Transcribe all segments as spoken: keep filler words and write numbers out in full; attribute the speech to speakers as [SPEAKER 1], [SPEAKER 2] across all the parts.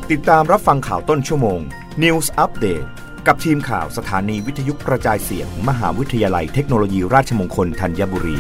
[SPEAKER 1] ติดตามรับฟังข่าวต้นชั่วโมง News Update กับทีมข่าวสถานีวิทยุกระจายเสียง มหาวิทยาลัยเทคโนโลยีราชมงคลธัญบุรี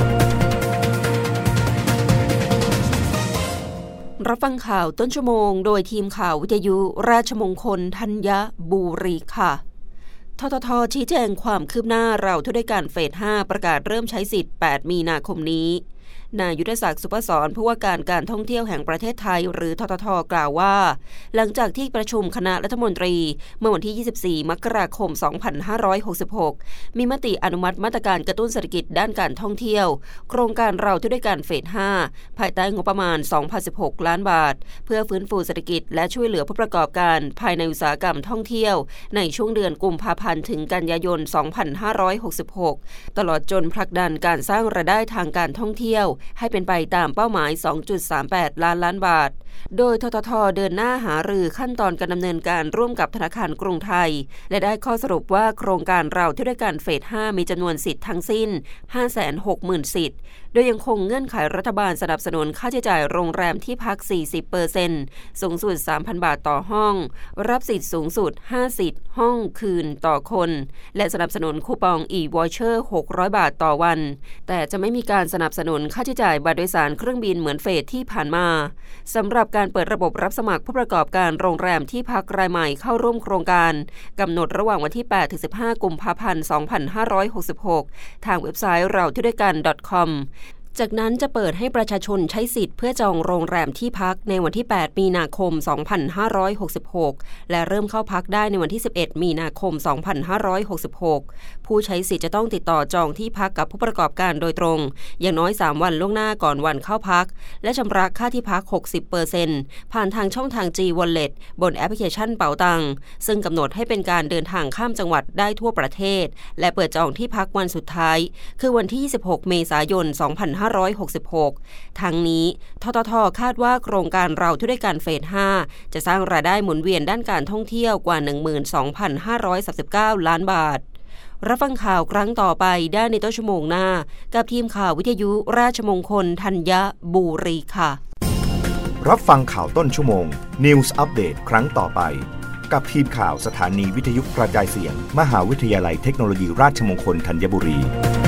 [SPEAKER 2] รับฟังข่าวต้นชั่วโมงโดยทีมข่าววิทยุราชมงคลธัญบุรีค่ะททท.ชี้แจงความคืบหน้าเราเท่าด้วยกันเฟสห้าประกาศเริ่มใช้สิทธิ์แปดมีนาคมนี้นายยุทธศักดิ์สุภศรผู้ว่าการการท่องเที่ยวแห่งประเทศไทยหรือททท.กล่าวว่าหลังจากที่ประชุมคณะรัฐมนตรีเมื่อวันที่ยี่สิบสี่มกราคมสองพันห้าร้อยหกสิบหกมีมติอนุมัติมาตรการกระตุ้นเศรษฐกิจด้านการท่องเที่ยวโครงการเราเท่าด้วยกันเฟสห้าภายใต้งบประมาณ สองพันสิบหก ล้านบาทเพื่อฟื้นฟูเศรษฐกิจและช่วยเหลือผู้ประกอบการภายในอุตสาหกรรมท่องเที่ยวในช่วงเดือนกุมภาพันธ์ถึงกันยายนสองพันห้าร้อยหกสิบหกตลอดจนผลักดันการสร้างรายได้ทางการท่องเที่ยวให้เป็นไปตามเป้าหมาย สองจุดสามแปด ล้านล้านบาทโดยททท.เดินหน้าหารือขั้นตอนการดำเนินการร่วมกับธนาคารกรุงไทยและได้ข้อสรุปว่าโครงการเราเท่าด้วยกันเฟสห้ามีจำนวนสิทธิ์ทั้งสิ้น ห้าแสนหกหมื่น สิทธิ์โดยยังคงเงื่อนไขรัฐบาลสนับสนุนค่าใช้จ่ายโรงแรมที่พัก สี่สิบเปอร์เซ็นต์ สูงสุด สามพัน บาทต่อห้องรับสิทธิ์สูงสุดห้าสิทธิ์ห้องคืนต่อคนและสนับสนุนคูปอง e-voucher หกร้อย บาทต่อวันแต่จะไม่มีการสนับสนุนค่าใช้จ่ายบัตรโดยสารเครื่องบินเหมือนเฟสที่ผ่านมาสำหรับการเปิดระบบรับสมัครผู้ประกอบการโรงแรมที่พักรายใหม่เข้าร่วมโครงการกำหนดระหว่างวันที่ แปดถึงสิบห้า กุมภาพันธ์ สองพันห้าร้อยหกสิบหกทางเว็บไซต์เราเท่าด้วยกัน .comจากนั้นจะเปิดให้ประชาชนใช้สิทธิ์เพื่อจองโรงแรมที่พักในวันที่ แปด มีนาคม สองพันห้าร้อยหกสิบหกและเริ่มเข้าพักได้ในวันที่ สิบเอ็ด มีนาคม สองพันห้าร้อยหกสิบหกผู้ใช้สิทธิ์จะต้องติดต่อจองที่พักกับผู้ประกอบการโดยตรงอย่างน้อยสามวันล่วงหน้าก่อนวันเข้าพักและชำระค่าที่พัก หกสิบเปอร์เซ็นต์ ผ่านทางช่องทาง G Wallet บนแอปพลิเคชันเป๋าตังซึ่งกำหนดให้เป็นการเดินทางข้ามจังหวัดได้ทั่วประเทศและเปิดจองที่พักวันสุดท้ายคือวันที่ ยี่สิบหก เมษายน สองพันห้าร้อยหกสิบหกทั้งนี้ททท.คาดว่าโครงการเราเท่าด้วยกันเฟสห้าจะสร้างรายได้หมุนเวียนด้านการท่องเที่ยวกว่า หนึ่งหมื่นสองพันห้าร้อยสามสิบเก้า ล้านบาทรับฟังข่าวครั้งต่อไปได้ในต้นชั่วโมงหน้ากับทีมข่าววิทยุราชมงคลธัญบุรีค่ะ
[SPEAKER 1] รับฟังข่าวต้นชั่วโมง News Update ครั้งต่อไปกับทีมข่าวสถานีวิทยุกระจายเสียง มหาวิทยาลัยเทคโนโลยีราชมงคลธัญบุรี